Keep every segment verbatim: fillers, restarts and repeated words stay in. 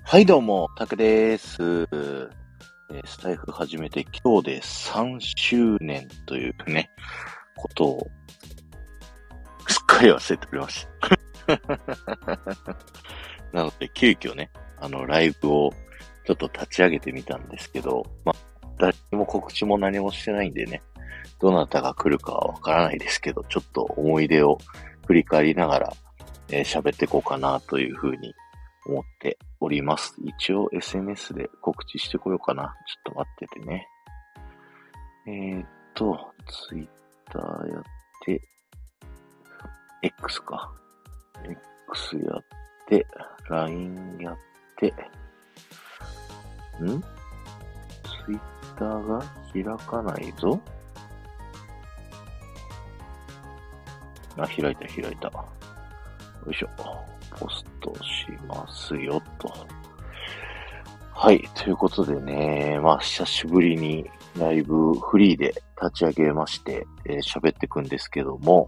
はい、どうも、タクです。えースタイフ始めて今日でさんしゅうねんというね、ことをすっかり忘れておりました。なので、急遽ね、あの、ライブをちょっと立ち上げてみたんですけど、まあ、誰にも告知も何もしてないんでね、どなたが来るかはわからないですけど、ちょっと思い出を振り返りながら、えー喋っていこうかなというふうに思っております。一応 エスエヌエス で告知してこようかな。ちょっと待っててね。えーっと、Twitter やって、X か。X やって、ライン やって、ん ?Twitter が開かないぞ。あ、開いた開いた。よいしょ。ポストしますよ、と。はい。ということでね、まあ、久しぶりにライブフリーで立ち上げまして、えー喋っていくんですけども、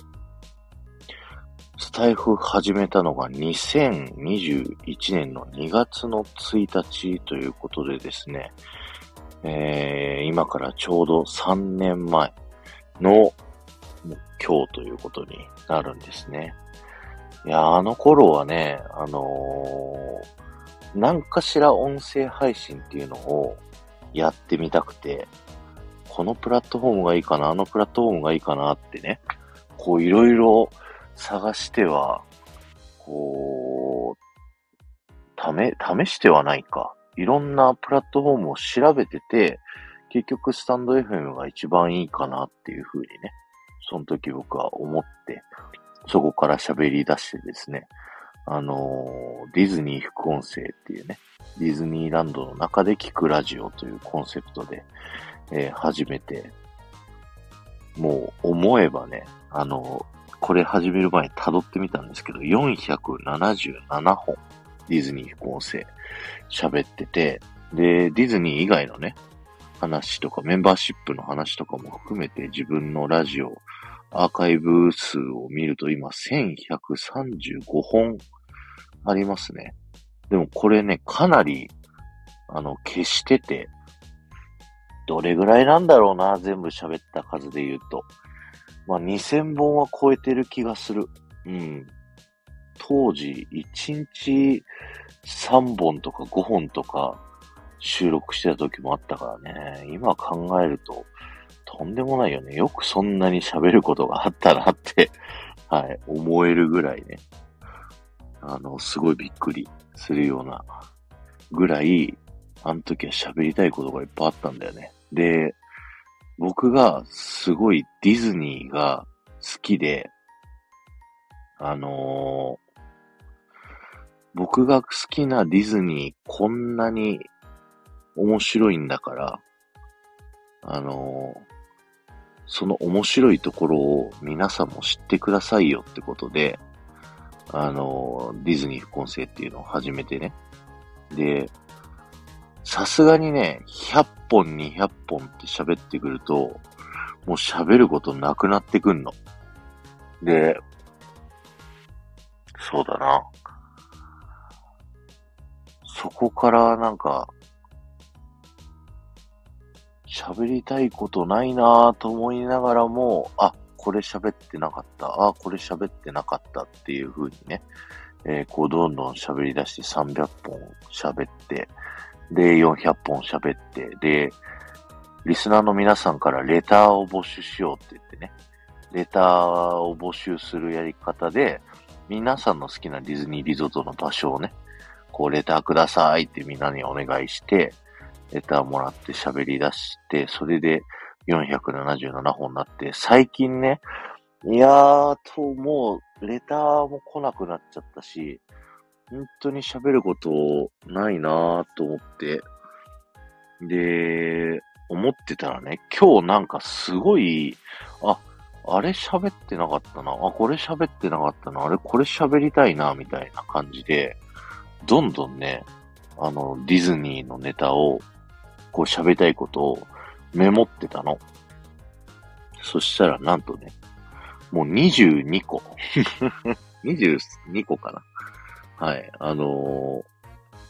スタイフ始めたのがにせんにじゅういちねんのにがつのついたちということでですね、えー、今からちょうどさんねんまえの今日ということになるんですね。いやー、あの頃はね、あのー、何かしら音声配信っていうのをやってみたくて、このプラットフォームがいいかな、あのプラットフォームがいいかなってね、こういろいろ探しては、こう、ため、試してはないか。いろんなプラットフォームを調べてて、結局スタンド エフエム が一番いいかなっていう風にね、その時僕は思って、そこから喋り出してですね、あのー、ディズニー副音声っていうね、ディズニーランドの中で聞くラジオというコンセプトで、えー始めて、もう思えばね、あのーこれ始める前に辿ってみたんですけど、よんひゃくななじゅうななほん、ディズニー副音声喋ってて、で、ディズニー以外のね、話とかメンバーシップの話とかも含めて自分のラジオ、アーカイブ数を見ると今せんひゃくさんじゅうごほんありますね。でもこれね、かなり、あの、消してて、どれぐらいなんだろうな、全部喋った数で言うと。まあ、にせんぼんは超えてる気がする。うん。当時、いちにちさんぼんとかごほんとか収録してた時もあったからね。今考えると、とんでもないよね。よくそんなに喋ることがあったなって、はい、思えるぐらいね。あの、すごいびっくりするようなぐらい、あの時は喋りたいことがいっぱいあったんだよね。で、僕がすごいディズニーが好きで、あのー僕が好きなディズニーこんなに面白いんだから、あのーその面白いところを皆さんも知ってくださいよってことで、あのーディズニー副音声っていうのを始めてね。で、さすがにね、ひゃっぽん、にひゃっぽんって喋ってくると、もう喋ることなくなってくんの。で、そうだな。そこからなんか、喋りたいことないなぁと思いながらも、あ、これ喋ってなかった。あ、これ喋ってなかったっていう風にね、えーこうどんどん喋り出してさんびゃっぽん喋って、で、よんひゃっぽん喋って、で、リスナーの皆さんからレターを募集しようって言ってね、レターを募集するやり方で、皆さんの好きなディズニーリゾートの場所をね、こうレターくださいってみんなにお願いして、レターもらって喋り出して、それでよんひゃくななじゅうななほんになって、最近ね、いやーと、もう、レターも来なくなっちゃったし、本当に喋ることないなーと思って、で、思ってたらね、今日なんかすごい、あ、あれ喋ってなかったな、あ、これ喋ってなかったな、あれこれ喋りたいな、みたいな感じで、どんどんね、あの、ディズニーのネタを、こう喋りたいことをメモってたの。そしたらなんとね、もうにじゅうにこ。にじゅうにこかな。はい。あのー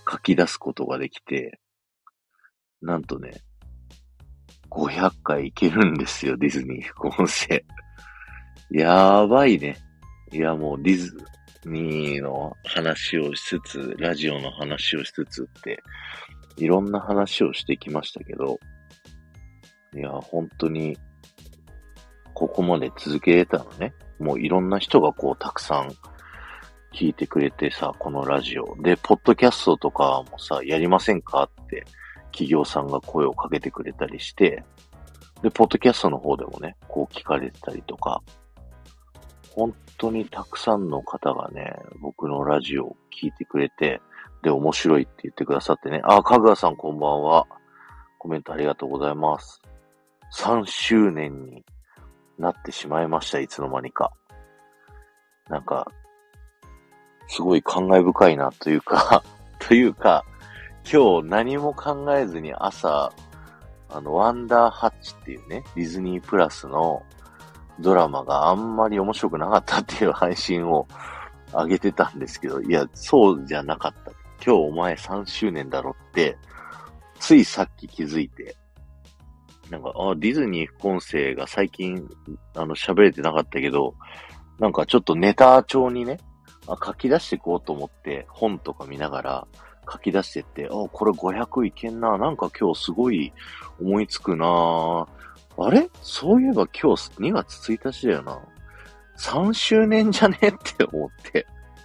書き出すことができて、なんとね、ごひゃっかいいけるんですよ、ディズニー副音声。やばいね。いや、もうディズニーの話をしつつ、ラジオの話をしつつって、いろんな話をしてきましたけど、いや、本当に、ここまで続けれたのね。もういろんな人がこう、たくさん聞いてくれてさ、このラジオ。で、ポッドキャストとかもさ、やりませんかって企業さんが声をかけてくれたりして、で、ポッドキャストの方でもね、こう聞かれてたりとか、本当にたくさんの方がね、僕のラジオを聞いてくれて、で、面白いって言ってくださってね。あ、かぐわさんこんばんは。コメントありがとうございます。さんしゅうねんになってしまいました、いつの間にか。なんか、すごい感慨深いなというか、というか、今日何も考えずに朝、あの、ワンダーハッチっていうね、ディズニープラスのドラマがあんまり面白くなかったっていう配信を上げてたんですけど、いや、そうじゃなかった。今日お前さんしゅうねんだろって、ついさっき気づいて、なんか、あ、ディズニー副音声が最近、あの、喋れてなかったけど、なんかちょっとネタ帳にね、あ、書き出していこうと思って、本とか見ながら書き出してって、あ、これごひゃくいけんな、なんか今日すごい思いつくな、あれそういえば今日にがつついたちだよな。さんしゅうねんじゃねって思って。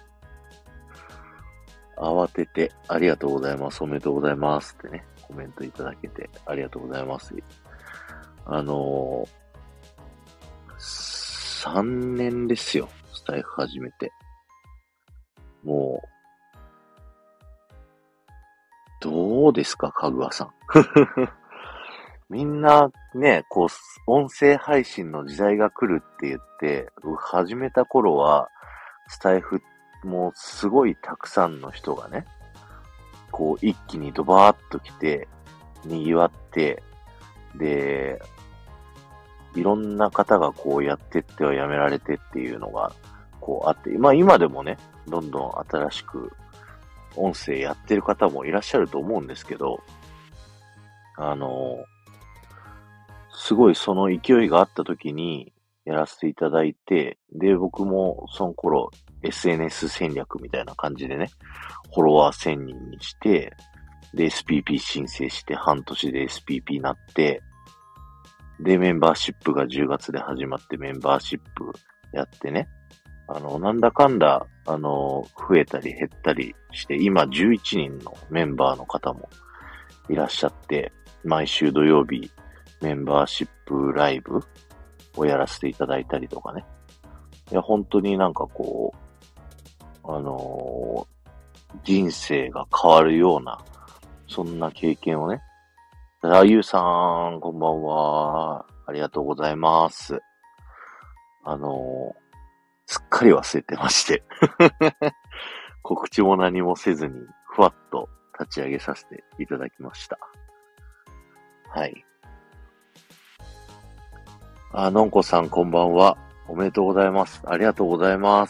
慌てて、ありがとうございます。おめでとうございますってね、コメントいただけて、ありがとうございます。あのー、さんねんですよ。スタイフ始めて。もう、どうですか、かぐわさん。みんなね、こう、音声配信の時代が来るって言って、始めた頃は、スタイフもすごいたくさんの人がね、こう一気にドバーッと来て、賑わって、で、いろんな方がこうやってってはやめられてっていうのが、こうあって、まあ今でもね、どんどん新しく音声やってる方もいらっしゃると思うんですけど、あの、すごいその勢いがあった時にやらせていただいて、で、僕もその頃 エスエヌエス 戦略みたいな感じでね、フォロワーせんにんにして、で、エスピーピー 申請して半年で エスピーピー になって、で、メンバーシップがじゅうがつで始まってメンバーシップやってね、あの、なんだかんだ、あの、増えたり減ったりして、今じゅういちにんのメンバーの方もいらっしゃって、毎週土曜日メンバーシップライブをやらせていただいたりとかね。いや、本当になんかこう、あのー、人生が変わるような、そんな経験をね。あゆうさん、こんばんは。ありがとうございます。あのー、すっかり忘れてまして。告知も何もせずに、ふわっと立ち上げさせていただきました。はい。あ、のんこさんこんばんは。おめでとうございます。ありがとうございます。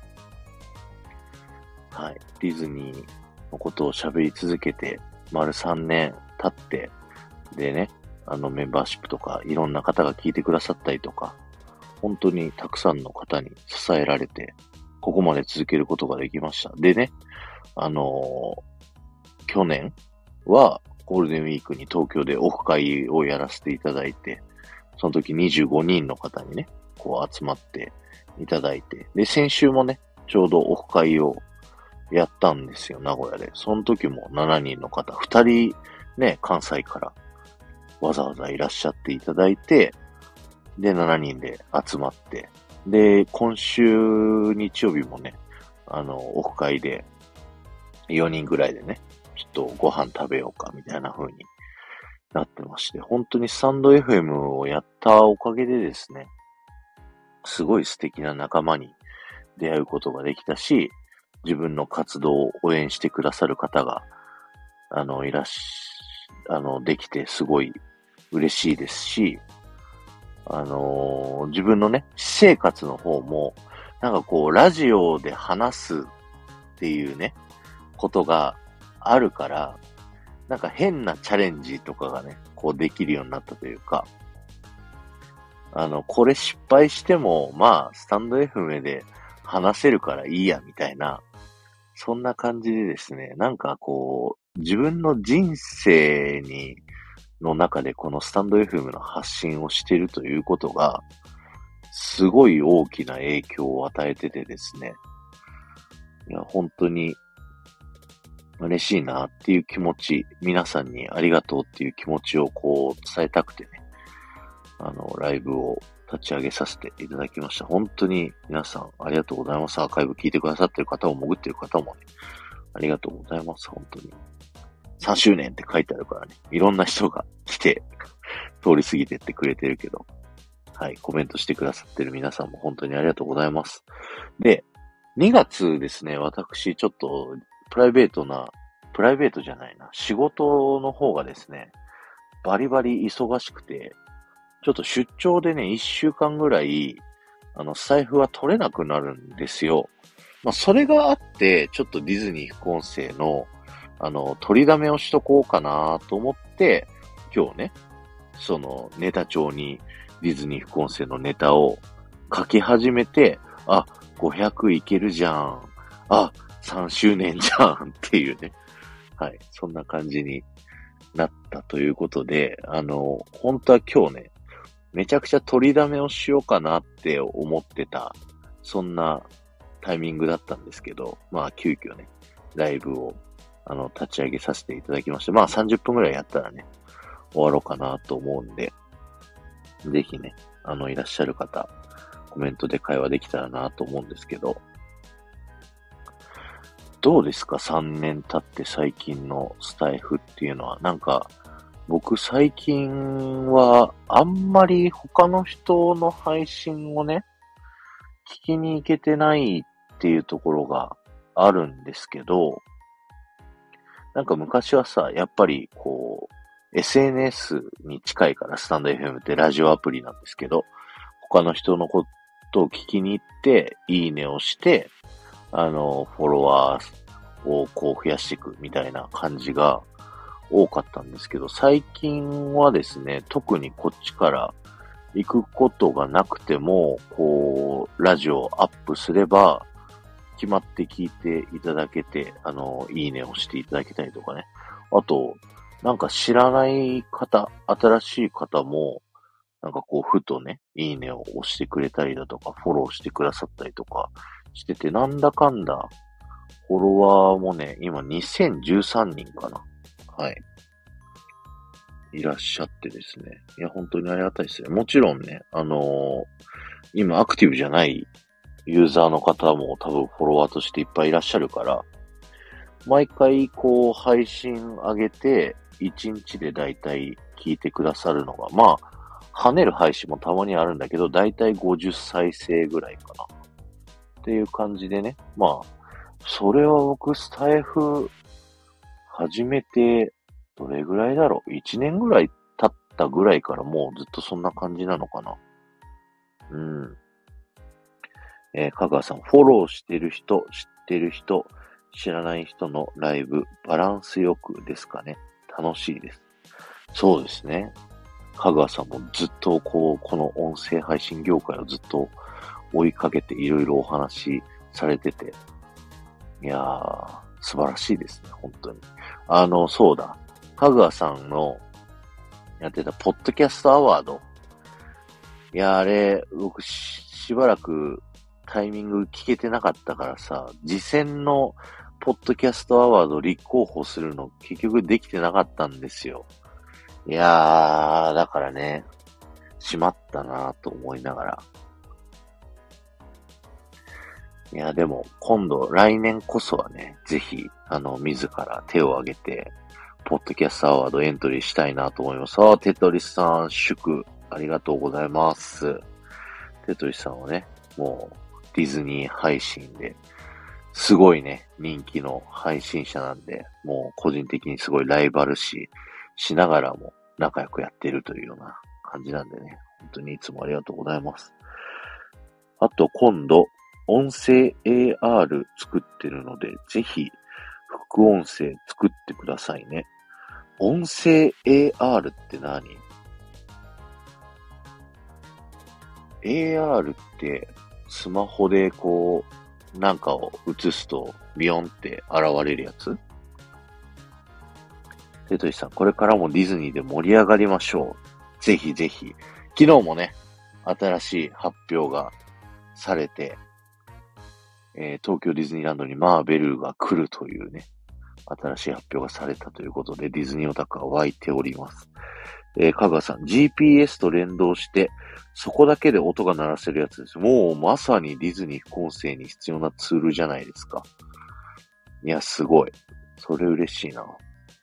はい。ディズニーのことを喋り続けて、丸さんねん経って、でね、あのメンバーシップとかいろんな方が聞いてくださったりとか、本当にたくさんの方に支えられて、ここまで続けることができました。でね、あのー、去年はゴールデンウィークに東京でオフ会をやらせていただいて、その時にじゅうごにんの方にね、こう集まっていただいて、で、先週もね、ちょうどオフ会をやったんですよ、名古屋で。その時もしちにんの方、ふたりね、関西からわざわざいらっしゃっていただいて、で、しちにんで集まって、で、今週日曜日もね、あの、オフ会でよにんぐらいでね、ちょっとご飯食べようかみたいな風になってまして、本当にスタンド エフエム をやったおかげでですね、すごい素敵な仲間に出会うことができたし、自分の活動を応援してくださる方が、あの、いらっし、あの、できてすごい嬉しいですし、あのー、自分のね、私生活の方も、なんかこう、ラジオで話すっていうね、ことが、 あるから、なんか変なチャレンジとかがね、こうできるようになったというか、あの、これ失敗しても、まあ、スタンド エフエム で話せるからいいや、みたいな、そんな感じでですね、なんかこう、自分の人生に、の中でこのスタンド エフエム の発信をしているということが、すごい大きな影響を与えててですね、いや、本当に嬉しいなっていう気持ち、皆さんにありがとうっていう気持ちをこう伝えたくてね、あの、ライブを立ち上げさせていただきました。本当に皆さんありがとうございます。アーカイブ聞いてくださってる方も潜ってる方もね、ありがとうございます。本当に。さんしゅうねんって書いてあるからね、いろんな人が来て、通り過ぎてってくれてるけど、はい、コメントしてくださってる皆さんも本当にありがとうございます。で、にがつですね、私ちょっとプライベートな、プライベートじゃないな、仕事の方がですね、バリバリ忙しくて、ちょっと出張でね、いっしゅうかんぐらい、あの、財布は取れなくなるんですよ。まあ、それがあって、ちょっとディズニー副音声の、あの、取りだめをしとこうかなと思って、今日ね、その、ネタ帳にディズニー副音声のネタを書き始めて、あ、ごひゃくいけるじゃん。あ、さんしゅうねんじゃんっていうね。はい。そんな感じになったということで、あの、本当は今日ね、めちゃくちゃ取りだめをしようかなって思ってた、そんなタイミングだったんですけど、まあ急遽ね、ライブをあの立ち上げさせていただきまして、まあさんじゅっぷんぐらいやったらね、終わろうかなと思うんで、ぜひね、あのいらっしゃる方、コメントで会話できたらなと思うんですけど、どうですか ?さん 年経って最近のスタイフっていうのは、なんか、僕最近はあんまり他の人の配信をね、聞きに行けてないっていうところがあるんですけど、なんか昔はさ、やっぱりこう、エスエヌエス に近いからスタンド エフエム ってラジオアプリなんですけど、他の人のことを聞きに行って、いいねをして、あの、フォロワーをこう増やしていくみたいな感じが多かったんですけど、最近はですね、特にこっちから行くことがなくても、こう、ラジオをアップすれば、決まって聞いていただけて、あの、いいねをしていただけたりとかね。あと、なんか知らない方、新しい方も、なんかこう、ふとね、いいねを押してくれたりだとか、フォローしてくださったりとかしてて、なんだかんだ、フォロワーもね、今にせんじゅうさんにんかな。はい。いらっしゃってですね。いや、本当にありがたいですね。もちろんね、あのー今アクティブじゃないユーザーの方も多分フォロワーとしていっぱいいらっしゃるから、毎回こう配信上げて、いちにちでだいたい聞いてくださるのが、まあ、跳ねる配信もたまにあるんだけど、だいたいごじゅっさいせいぐらいかな。っていう感じでね。まあ、それは僕スタイフ始めて、どれぐらいだろう ?いち 年ぐらい経ったぐらいからもうずっとそんな感じなのかな。うん。えー、香川さん、フォローしてる人、知ってる人、知らない人のライブ、バランスよくですかね。楽しいです。そうですね。香川さんもずっとこう、この音声配信業界をずっと追いかけていろいろお話しされてて、いやー、素晴らしいですね、本当に。あの、そうだ。香川さんのやってたポッドキャストアワード。いやー、あれ、僕し、しばらくタイミング聞けてなかったからさ、次戦のポッドキャストアワード立候補するの結局できてなかったんですよ。いやー、だからね、しまったなと思いながら。いや、でも、今度、来年こそはね、ぜひ、あの、自ら手を挙げて、ポッドキャストアワードエントリーしたいなと思います。あ、テトリスさん、祝、ありがとうございます。テトリスさんはね、もう、ディズニー配信で、すごいね、人気の配信者なんで、もう個人的にすごいライバル視しながらも仲良くやってるというような感じなんでね、本当にいつもありがとうございます。あと今度、音声 エーアール 作ってるので、ぜひ、 副音声作ってくださいね。音声 エーアール って何？ エーアール ってスマホでこう、なんかを映すとビヨンって現れるやつ？テトリさん、これからもディズニーで盛り上がりましょう。ぜひぜひ。昨日もね、新しい発表がされて、えー、東京ディズニーランドにマーベルが来るというね、新しい発表がされたということで、ディズニーオタクは湧いております。えー、かがさん、ジーピーエス と連動して、そこだけで音が鳴らせるやつです。もうまさにディズニー副音声に必要なツールじゃないですか。いや、すごい。それ嬉しいな。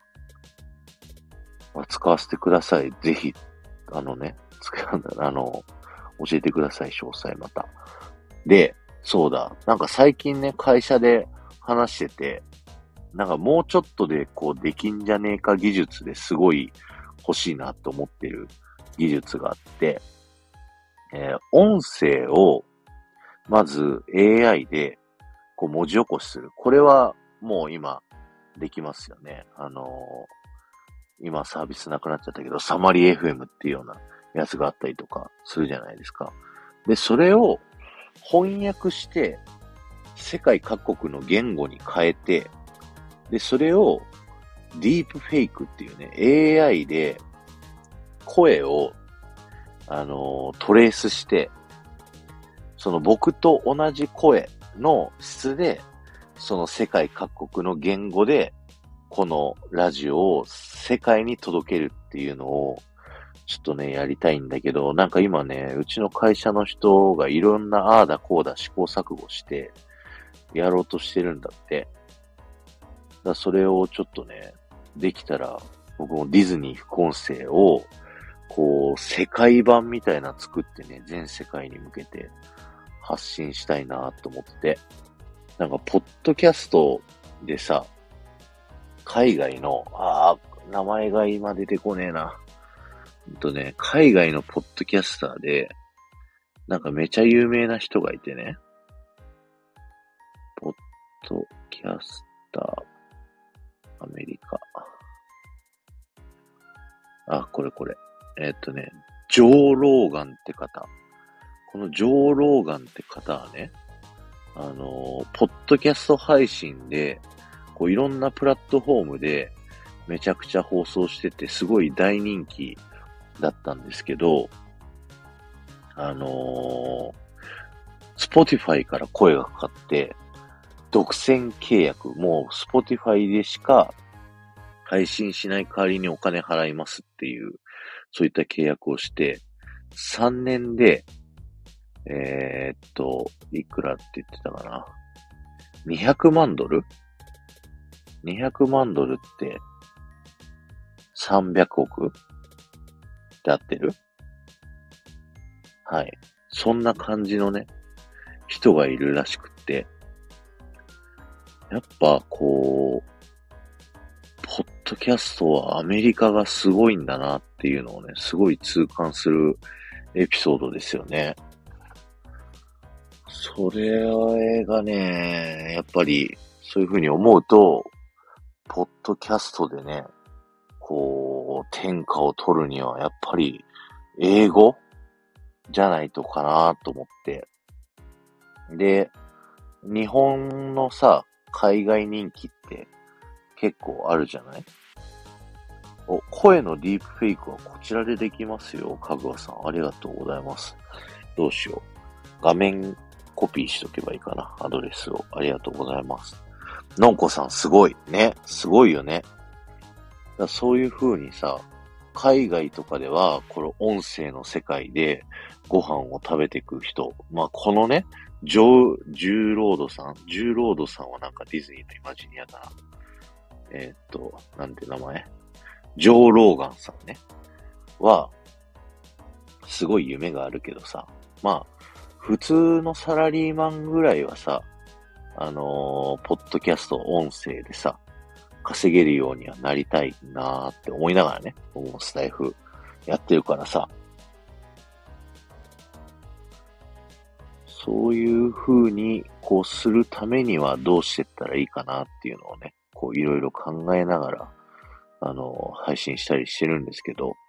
まあ、使わせてください。ぜひ、あのね、使うんだ、あの、教えてください、詳細また。で、そうだ、なんか最近ね、会社で話してて、なんかもうちょっとでこうできんじゃねえか技術ですごい欲しいなと思ってる技術があって、えー、音声をまず エーアイ でこう文字起こしする。これはもう今できますよね。あのー、今サービスなくなっちゃったけど、サマリ エフエム っていうようなやつがあったりとかするじゃないですか。で、それを翻訳して世界各国の言語に変えて、で、それをディープフェイクっていうね、エーアイ で声を、あのー、トレースして、その僕と同じ声の質で、その世界各国の言語で、このラジオを世界に届けるっていうのを、ちょっとね、やりたいんだけど、なんか今ね、うちの会社の人がいろんなああだこうだ試行錯誤して、やろうとしてるんだって。だそれをちょっとね、できたら、僕もディズニー副音声を、こう、世界版みたいな作ってね、全世界に向けて発信したいなと思ってて。なんか、ポッドキャストでさ、海外の、ああ、名前が今出てこねえな。ほんとね、海外のポッドキャスターで、なんかめちゃ有名な人がいてね、ポッドキャスター、アメリカ。あ、これこれ。えーっとね、ジョー・ローガンって方。このジョー・ローガンって方はね、あのー、ポッドキャスト配信で、こういろんなプラットフォームでめちゃくちゃ放送してて、すごい大人気だったんですけど、あのー、Spotify から声がかかって、独占契約、もう Spotify でしか配信しない代わりにお金払いますっていう、そういった契約をして、さんねんで、えー、っと、いくらって言ってたかな。にひゃくまんドル ?にひゃくまんドルってさんびゃくおくって合ってる？はい。そんな感じのね、人がいるらしくって、やっぱこう、ポッドキャストはアメリカがすごいんだなっていうのをね、すごい痛感するエピソードですよね。それがね、やっぱりそういうふうに思うと、ポッドキャストでね、こう、天下を取るにはやっぱり英語じゃないとかなと思って。で、日本のさ、海外人気って結構あるじゃない？お、声のディープフェイクはこちらでできますよ。かぐわさん、ありがとうございます。どうしよう。画面コピーしとけばいいかな。アドレスを。ありがとうございます。のんこさん、すごい。ね。すごいよね。だそういう風にさ、海外とかでは、この音声の世界でご飯を食べていく人。まあ、このね、ジョー、ジューロードさんジューロードさんはなんかディズニーのイマジニアだな。えー、っと、なんて名前？ジョー・ローガンさんね。は、すごい夢があるけどさ。まあ、普通のサラリーマンぐらいはさ、あのー、ポッドキャスト音声でさ、稼げるようにはなりたいなーって思いながらね、僕もスタイフやってるからさ、そういう風にこうするためにはどうしてったらいいかなっていうのをね、 こういろいろ考えながら、あの、配信したりしてるんですけど、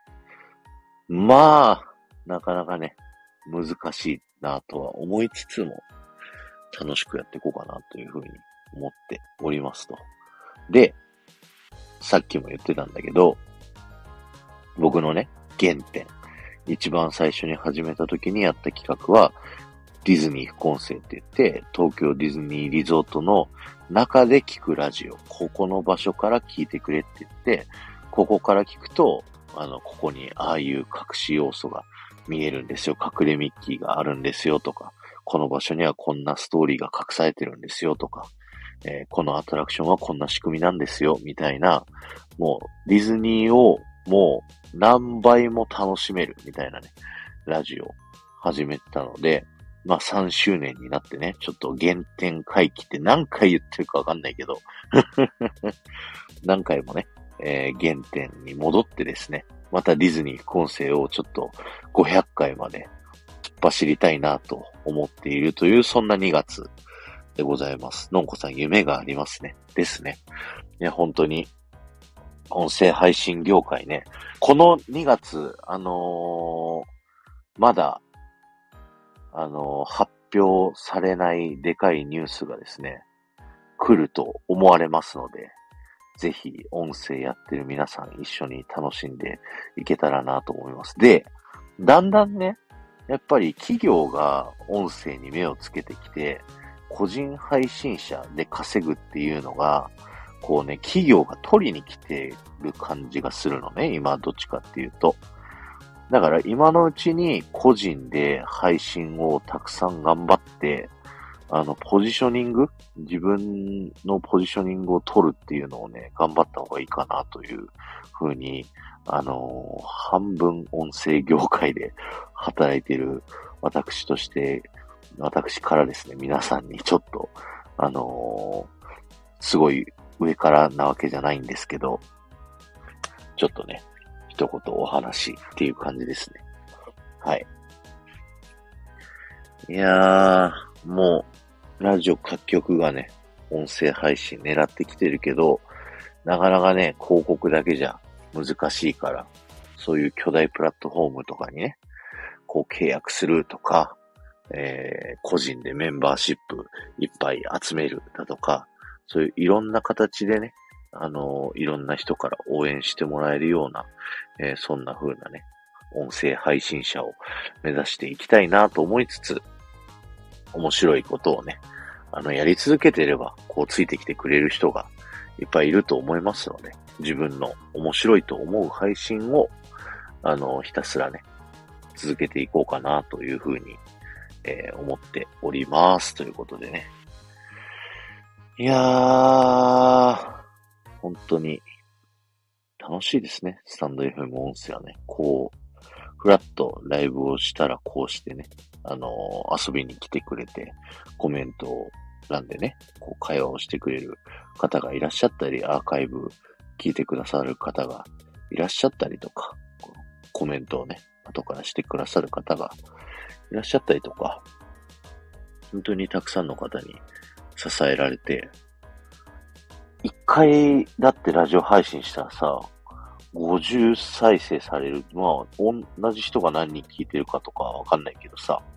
まあ、なかなかね、難しいなとは思いつつも、楽しくやっていこうかなというふうに思っておりますと。で、さっきも言ってたんだけど、僕のね、原点。一番最初に始めた時にやった企画は、ディズニー副音声って言って、東京ディズニーリゾートの中で聞くラジオ。ここの場所から聞いてくれって言って、ここから聞くと、あの、ここにああいう隠し要素が見えるんですよ。隠れミッキーがあるんですよとか、この場所にはこんなストーリーが隠されてるんですよとか、えーこのアトラクションはこんな仕組みなんですよみたいな、もうディズニーをもう何倍も楽しめるみたいなね、ラジオを始めたので、まあさんしゅうねんになってね、ちょっと原点回帰って何回言ってるかわかんないけど、何回もね、えー原点に戻ってですね、またディズニー副音声をちょっとごひゃっかいまで突っ走りたいなと思っているという、そんなにがつでございます。のんこさん夢がありますね。ですね。いや、本当に、音声配信業界ね。このにがつ、あのーまだ、あのー発表されないでかいニュースがですね、来ると思われますので、ぜひ音声やってる皆さん一緒に楽しんでいけたらなと思います。で、だんだんね、やっぱり企業が音声に目をつけてきて、個人配信者で稼ぐっていうのが、こうね、企業が取りに来てる感じがするのね、今どっちかっていうと。だから今のうちに個人で配信をたくさん頑張って、あの、ポジショニング自分のポジショニングを取るっていうのをね、頑張った方がいいかなというふうに、あのー半分音声業界で働いている私として、私からですね、皆さんにちょっと、あのーすごい上からなわけじゃないんですけど、ちょっとね、一言お話っていう感じですね。はい。いやー、もう、ラジオ各局がね、音声配信狙ってきてるけど、なかなかね、広告だけじゃ難しいから、そういう巨大プラットフォームとかにね、こう契約するとか、えー、個人でメンバーシップいっぱい集めるだとか、そういういろんな形でね、あのーいろんな人から応援してもらえるような、えーそんな風なね、音声配信者を目指していきたいなと思いつつ、面白いことをね、あの、やり続けていれば、こうついてきてくれる人がいっぱいいると思いますので、自分の面白いと思う配信を、あの、ひたすらね、続けていこうかなというふうに、えー思っております。ということでね。いやー、本当に楽しいですね。スタンド エフエム 音声はね。こう、フラッとライブをしたらこうしてね、あのー遊びに来てくれて、コメントを欄でね、こう会話をしてくれる方がいらっしゃったり、アーカイブ聞いてくださる方がいらっしゃったりとか、こうコメントをね、後からしてくださる方がいらっしゃったりとか、本当にたくさんの方に支えられて、一回だってラジオ配信したらさ、ごじゅう再生される。まあ、同じ人が何人聞いてるかとかはわかんないけどさ。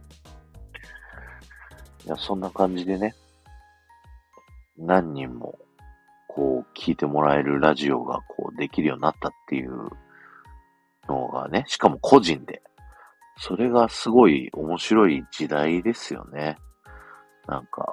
いや、そんな感じでね、何人も、こう、聞いてもらえるラジオが、こう、できるようになったっていうのがね、しかも個人で。それがすごい面白い時代ですよね。なんか、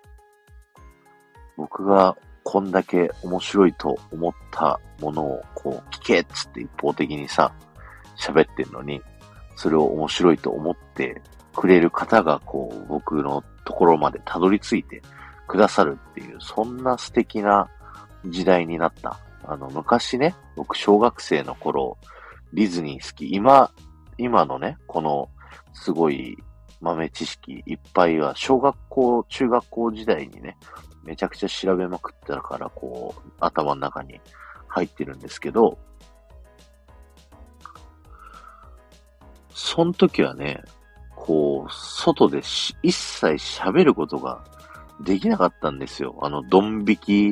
僕がこんだけ面白いと思ったものをこう聞けっつって一方的にさ、喋ってんのに、それを面白いと思ってくれる方がこう僕のところまでたどり着いてくださるっていう、そんな素敵な時代になった。あの昔ね、僕小学生の頃ディズニー好き、今、今のね、このすごい豆知識いっぱいは小学校、中学校時代にね、めちゃくちゃ調べまくってたから、こう、頭の中に入ってるんですけど、その時はね、こう、外でし一切喋ることができなかったんですよ。あの、ドン引き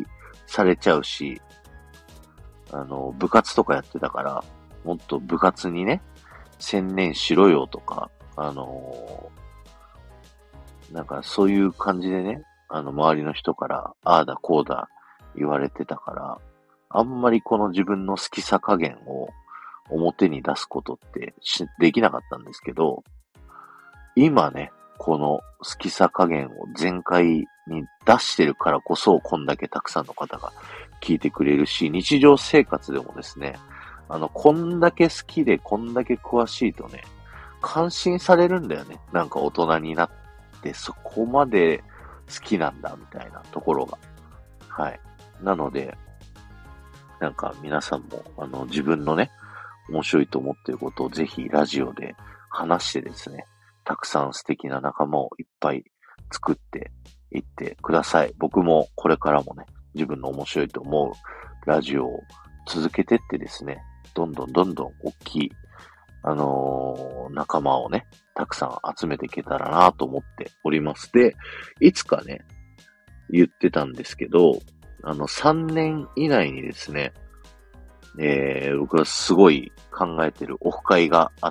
されちゃうし、あの、部活とかやってたから、もっと部活にね、専念しろよとか、あのーなんかそういう感じでね、あの、周りの人から、ああだこうだ言われてたから、あんまりこの自分の好きさ加減を表に出すことってしできなかったんですけど、今ね、この好きさ加減を全開に出してるからこそ、こんだけたくさんの方が聞いてくれるし、日常生活でもですね、あの、こんだけ好きでこんだけ詳しいとね、感心されるんだよね。なんか大人になってそこまで好きなんだみたいなところが。はい。なので、なんか皆さんもあの自分のね、面白いと思っていることをぜひラジオで話してですね、たくさん素敵な仲間をいっぱい作っていってください。僕もこれからもね、自分の面白いと思うラジオを続けてってですね、どんどんどんどん大きい、あのー仲間をね、たくさん集めていけたらなと思っております。で、いつかね、言ってたんですけど、あの、さんねん以内にですね、えー、僕はすごい考えてるオフ会があって、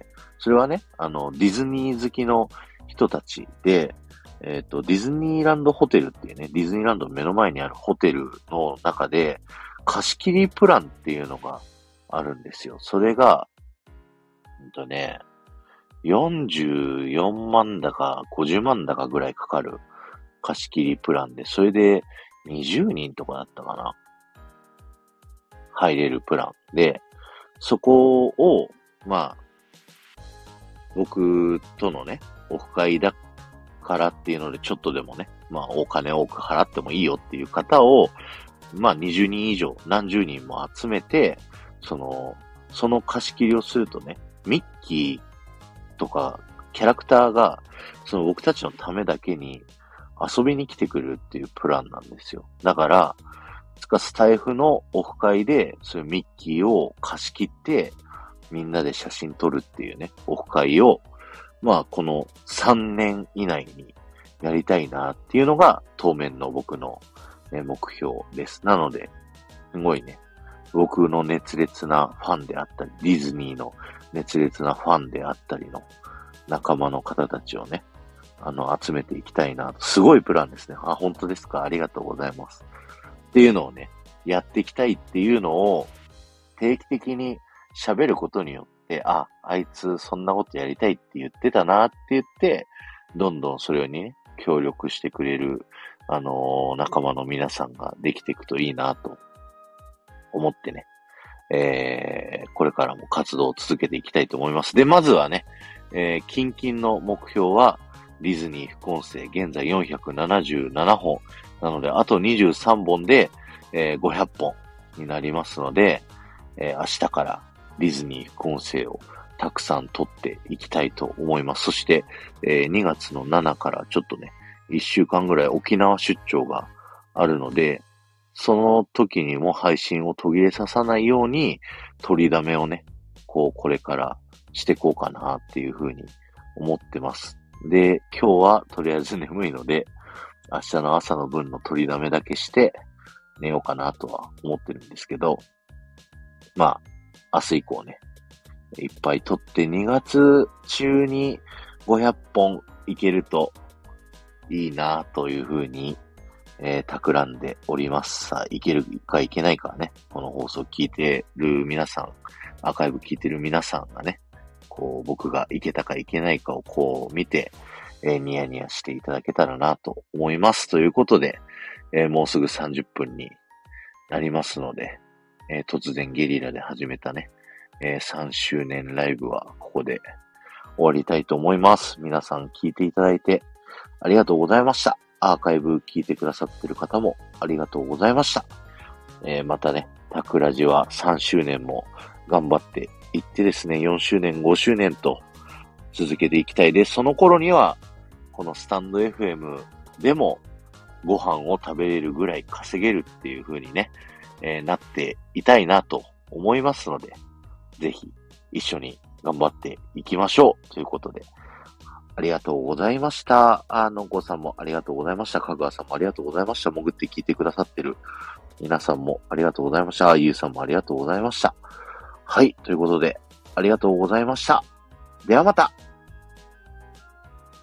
それはね、あの、ディズニー好きの人たちで、えっと、ディズニーランドホテルっていうね、ディズニーランドの目の前にあるホテルの中で、貸し切りプランっていうのがあるんですよ。それが、うんとね、よんじゅうよんまんだかごじゅうまんだかぐらいかかる貸し切りプランで、それでにじゅうにんとかだったかな。入れるプランで、そこを、まあ、僕とのね、オフ会だからっていうので、ちょっとでもね、まあ、お金多く払ってもいいよっていう方を、まあ、にじゅうにん以上、何十人も集めて、その、その貸し切りをするとね、ミッキーとかキャラクターが、その僕たちのためだけに遊びに来てくれるっていうプランなんですよ。だから、つかスタイフのオフ会で、そういうミッキーを貸し切って、みんなで写真撮るっていうね、オフ会を、まあ、このさんねん以内にやりたいなっていうのが、当面の僕の、ね、目標です。なので、すごいね、僕の熱烈なファンであったり、ディズニーの熱烈なファンであったりの仲間の方たちをね、あの、集めていきたいな。すごいプランですね。あ、本当ですか？ありがとうございます。っていうのをね、やっていきたいっていうのを定期的に喋ることによって、あ、あいつそんなことやりたいって言ってたなって言って、どんどんそれにね、協力してくれる、あのー仲間の皆さんができていくといいなと思ってね、えー、これからも活動を続けていきたいと思います。で、まずはね、えー、近々の目標は、ディズニー副音声、現在よんひゃくななじゅうななほん。なので、あとにじゅうさんぼんで、えー、ごひゃっぽんになりますので、えー、明日からディズニー副音声をたくさん撮っていきたいと思います。そして、えー、にがつのしちからちょっとね、いっしゅうかんぐらい沖縄出張があるので、その時にも配信を途切れささないように、取りだめをね、こう、これからしていこうかなっていうふうに思ってます。で、今日はとりあえず眠いので、明日の朝の分の取りだめだけして寝ようかなとは思ってるんですけど、まあ、明日以降ね、いっぱい撮ってにがつ中にごひゃっぽんいけるといいなというふうに、えー、企んでおります。さあ、いけるかいけないかはね、この放送聞いてる皆さん、アーカイブ聞いてる皆さんがね、こう、僕がいけたかいけないかをこう見て、えー、ニヤニヤしていただけたらなと思います。ということで、えー、もうすぐさんじゅっぷんになりますので、えー、突然ゲリラで始めたね、えー、さんしゅうねんライブはここで終わりたいと思います。皆さん聞いていただいてありがとうございました。アーカイブ聞いてくださってる方もありがとうございました。えー、またね、タクラジはさんしゅうねんも頑張っていってですね、よんしゅうねん、ごしゅうねんと続けていきたいです。その頃には、このスタンド エフエム でもご飯を食べれるぐらい稼げるっていう風にね、えー、なっていたいなと思いますので、ぜひ一緒に頑張っていきましょうということで、ありがとうございました。あの子さんもありがとうございました。かぐわさんもありがとうございました。潜って聞いてくださってる皆さんもありがとうございました。ゆうさんもありがとうございました。はい。ということで、ありがとうございました。ではまた。